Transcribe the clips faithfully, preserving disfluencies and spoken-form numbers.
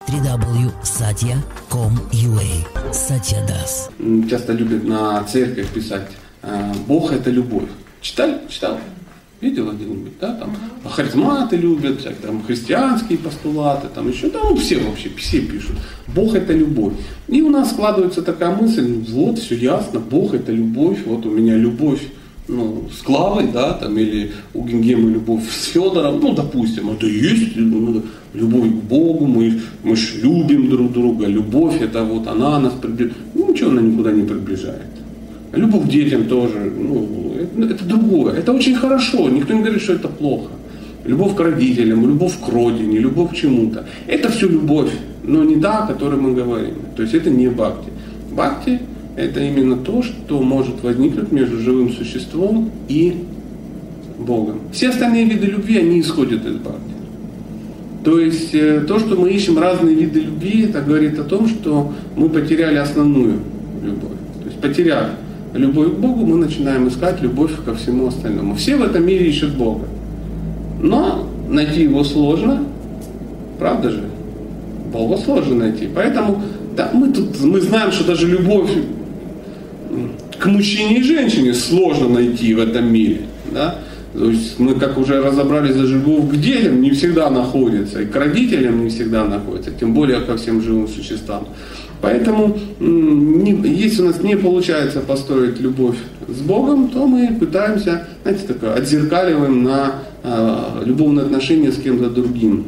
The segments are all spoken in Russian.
три дабл ю точка сатья точка ком точка ю а. Сатья Дас. Часто любят на церковь писать «Бог – это любовь». Читали? Читал? Видел где-нибудь? Да? Там, харизматы любят, там, христианские постулаты, там еще, да, ну, все вообще, все пишут. Бог – это любовь. И у нас складывается такая мысль, вот, все ясно, Бог – это любовь, вот у меня любовь, ну, с Клавой, да, там, или у Гингемы любовь с Федором, ну, допустим, это и есть любовь к Богу, мы, мы ж любим друг друга, любовь, это вот она нас приближает, ну, ничего она никуда не приближает. Любовь к детям тоже, ну, это, это другое, это очень хорошо, никто не говорит, что это плохо. Любовь к родителям, любовь к родине, любовь к чему-то, это все любовь, но не та, о которой мы говорим, то есть это не бхакти. Бхакти – это именно то, что может возникнуть между живым существом и Богом. Все остальные виды любви, они исходят из бхакти. То есть то, что мы ищем разные виды любви, это говорит о том, что мы потеряли основную любовь. То есть потеряв любовь к Богу, мы начинаем искать любовь ко всему остальному. Все в этом мире ищут Бога. Но найти его сложно, правда же? Бога сложно найти. Поэтому да, мы тут мы знаем, что даже любовь к мужчине и женщине сложно найти в этом мире. Да? То есть мы, как уже разобрались, даже любовь к детям не всегда находится, и к родителям не всегда находится, тем более ко всем живым существам. Поэтому, если у нас не получается построить любовь с Богом, то мы пытаемся, знаете, такое, отзеркаливаем на э, любовные отношения с кем-то другим.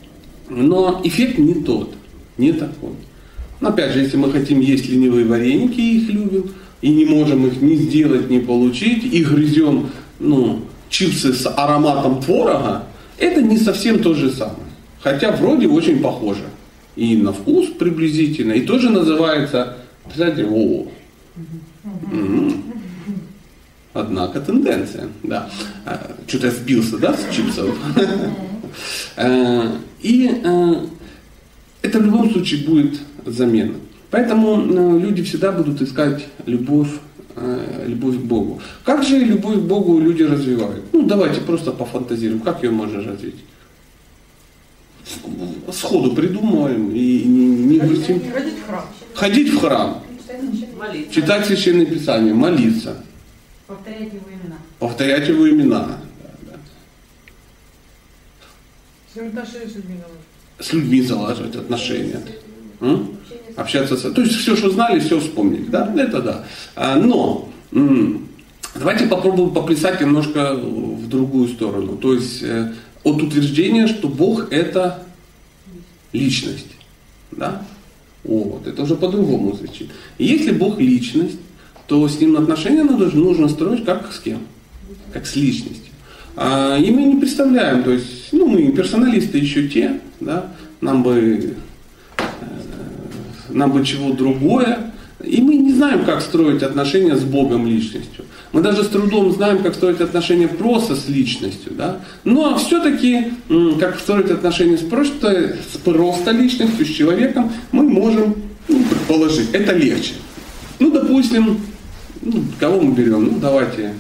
Но эффект не тот, не такой. Но опять же, если мы хотим есть ленивые вареники и их любим, и не можем их ни сделать, ни получить, и грызем, ну, чипсы с ароматом творога, это не совсем то же самое. Хотя вроде очень похоже. И на вкус приблизительно, и тоже называется, представляете, о, м-м. Однако тенденция, да. Что-то я сбился, да, с чипсов. И это в любом случае будет замена. Поэтому люди всегда будут искать любовь, любовь к Богу. Как же любовь к Богу люди развивают? Ну, давайте просто пофантазируем, как ее можно развить? Сходу придумываем и не, не грустим. Ходить в храм. Ходить в храм. Молиться. Читать Священное Писание, молиться. Повторять его имена. Повторять его имена. Да, да. Отношения с людьми наладить. С людьми залаживать отношения. М? Общаться с... То есть все, что знали, все вспомнили. Да? Это да. А, но м- давайте попробуем поплясать немножко в другую сторону. То есть э, от утверждения, что Бог это личность. Да? Вот, это уже по-другому звучит. И если Бог личность, то с Ним отношения нужно строить как с кем? Как с личностью. А, и мы не представляем, то есть, ну, мы персоналисты еще те, да, нам бы, э, нам бы чего другое. И мы не знаем, как строить отношения с Богом личностью. Мы даже с трудом знаем, как строить отношения просто с личностью. Да? Но все-таки, как строить отношения с просто, с просто личностью, с человеком, мы можем, ну, предположить. Это легче. Ну, допустим, ну, кого мы берем? Ну, давайте.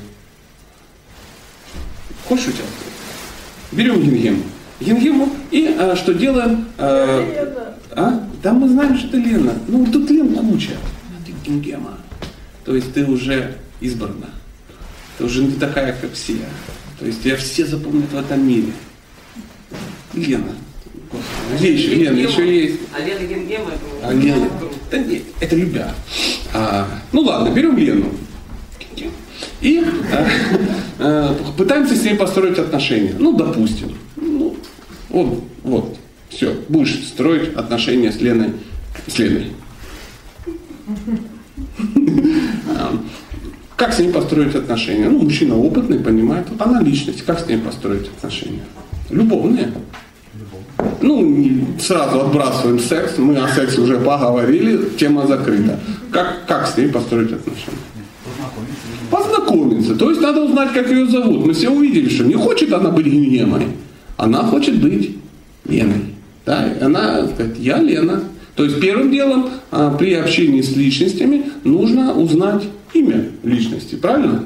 Хочешь участвовать? Берем Гингему. Гингему и а, что делаем? А, а? Да мы знаем, что ты Лена. Ну, тут Лен куча. Гингема. То есть ты уже избрана. Ты уже не такая, как все. То есть тебя все запомнят в этом мире. Лена. Где еще? Лена еще есть. А Лена Гингема это... А Лена... Да нет, это любя. А, ну ладно, берем Лену. И а, а, пытаемся с ней построить отношения. Ну, допустим. Ну, вот, вот. Все, будешь строить отношения с Леной. С Леной. Как с ней построить отношения? Ну, мужчина опытный, понимает. Вот она личность. Как с ней построить отношения? Любовные. Ну, сразу отбрасываем секс. Мы о сексе уже поговорили. Тема закрыта. Как, как с ней построить отношения? Познакомиться. То есть надо узнать, как ее зовут. Мы все увидели, что не хочет она быть Гингемой. Она хочет быть Леной. Да? И она говорит, я Лена. То есть первым делом при общении с личностями нужно узнать имя личности, правильно?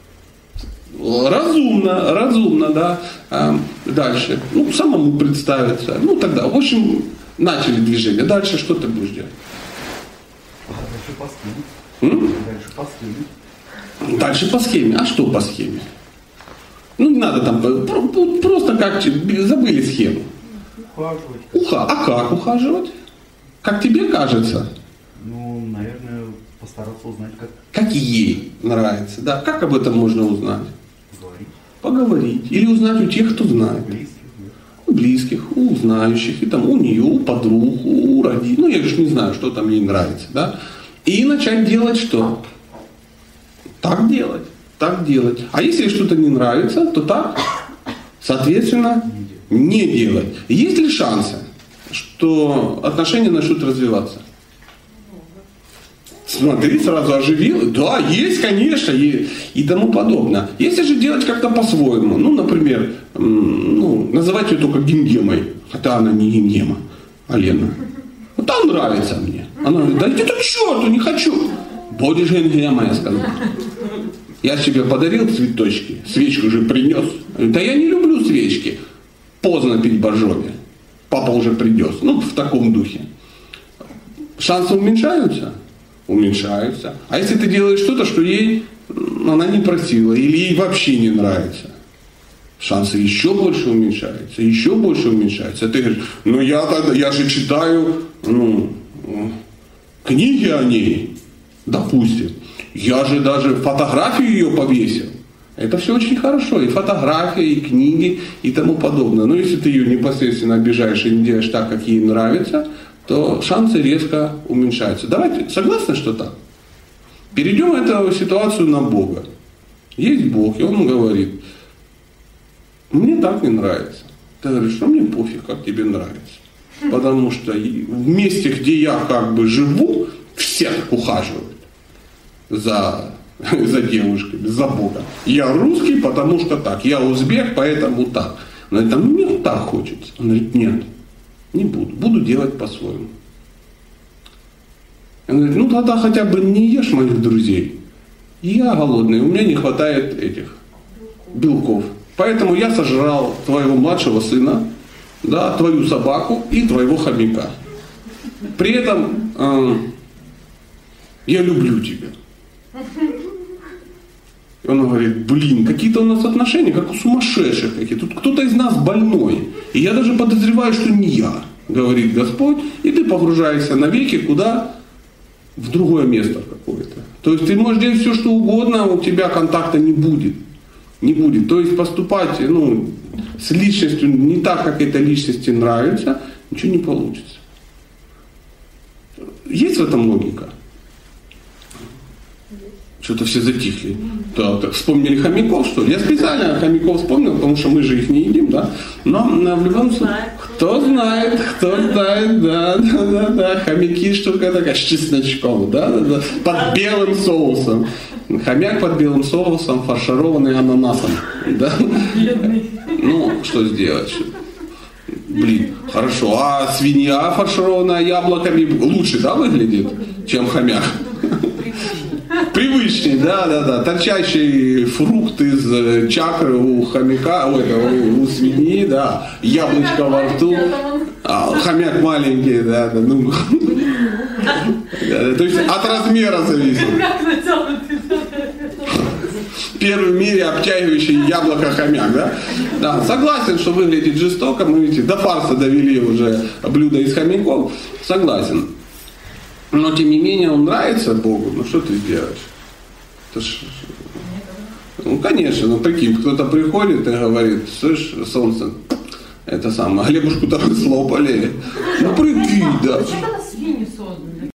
Разумно, разумно, да. Дальше. Ну, самому представиться. Ну, тогда, в общем, начали движение. Дальше что ты будешь делать? Дальше по схеме. М? Дальше по схеме. Дальше по схеме. А что по схеме? Ну, не надо там, просто как, забыли схему. Ухаживать. Уха. А как ухаживать? Как тебе кажется? Ну, наверное, постараться узнать, как Как ей нравится, да? Как об этом можно узнать? говорить. Поговорить. Или узнать у тех, кто знает. Близких. У близких, у знающих, и там у нее, у подруг, у родителей. Ну, я же не знаю, что там ей нравится, да? И начать делать что? Так делать. Так делать. А если что-то не нравится, то так, соответственно, не делать. Есть ли шансы, что отношения начнут развиваться? Смотри, сразу оживил. Да, есть, конечно, и, и тому подобное. Если же делать как-то по-своему, ну, например, ну, называть ее только Гингемой, хотя она не Гингема, а Лена. Вот она нравится мне. Она говорит, да иди ты к черту, не хочу. Будешь Гингема, я сказал. Я тебе подарил цветочки, свечку уже принес. Да я не люблю свечки. Поздно пить боржоми. Папа уже придет. Ну, в таком духе. Шансы уменьшаются? Уменьшаются. А если ты делаешь что-то, что ей она не просила, или ей вообще не нравится, шансы еще больше уменьшаются, еще больше уменьшаются. А ты говоришь, ну я тогда, я же читаю ну, книги о ней, допустим. Я же даже фотографию ее повесил. Это все очень хорошо. И фотография, и книги, и тому подобное. Но если ты ее непосредственно обижаешь и не делаешь так, как ей нравится, то шансы резко уменьшаются. Давайте, согласны, что так? Перейдем эту ситуацию на Бога. Есть Бог, и Он говорит, мне так не нравится. Ты говоришь, что мне пофиг, как тебе нравится. Потому что в месте, где я как бы живу, все так ухаживают за, за девушками, за Богом. Я русский, потому что так. Я узбек, поэтому так. Но это мне так хочется. Он говорит, нет. Не буду. Буду делать по-своему. Он говорит, ну тогда хотя бы не ешь моих друзей. Я голодный, у меня не хватает этих белков. Поэтому я сожрал твоего младшего сына, да, твою собаку и твоего хомяка. При этом э, я люблю тебя. И он говорит, блин, какие-то у нас отношения, как у сумасшедших какие-то. Тут кто-то из нас больной. И я даже подозреваю, что не я, говорит Господь. И ты погружаешься навеки куда? В другое место какое-то. То есть ты можешь делать все, что угодно, а у тебя контакта не будет. Не будет. То есть поступать ну, с личностью не так, как этой личности нравится, ничего не получится. Есть в этом логика? Что-то все затихли. Так, так, вспомнили хомяков, что ли? Я специально хомяков вспомнил, потому что мы же их не едим, да? Но в любом случае, кто знает, кто знает, да, да, да, да. Хомяки штука такая с чесночком, да, да, да. Под белым соусом. Хомяк под белым соусом, фаршированный ананасом, да? Ну, что сделать? Блин, хорошо. А свинья, фаршированная яблоками, лучше, да, выглядит, чем хомяк? Привычнее, да, да, да. Торчащий фрукт из чакры у хомяка, у, у, у свиньи, да. Яблочко во рту. А, хомяк маленький, да, да. Ну, то есть от размера зависит. Первый в мире обтягивающий яблоко хомяк, да? Да, согласен, что выглядит жестоко. Мы видите, до фарса довели уже блюдо из хомяков. Согласен. Но тем не менее он нравится Богу. Ну что ты сделаешь? Это ж... Ну конечно, ну прикинь, кто-то приходит и говорит, слышь, солнце, это самое, хлебушку-то слопали. Ну прикинь, да.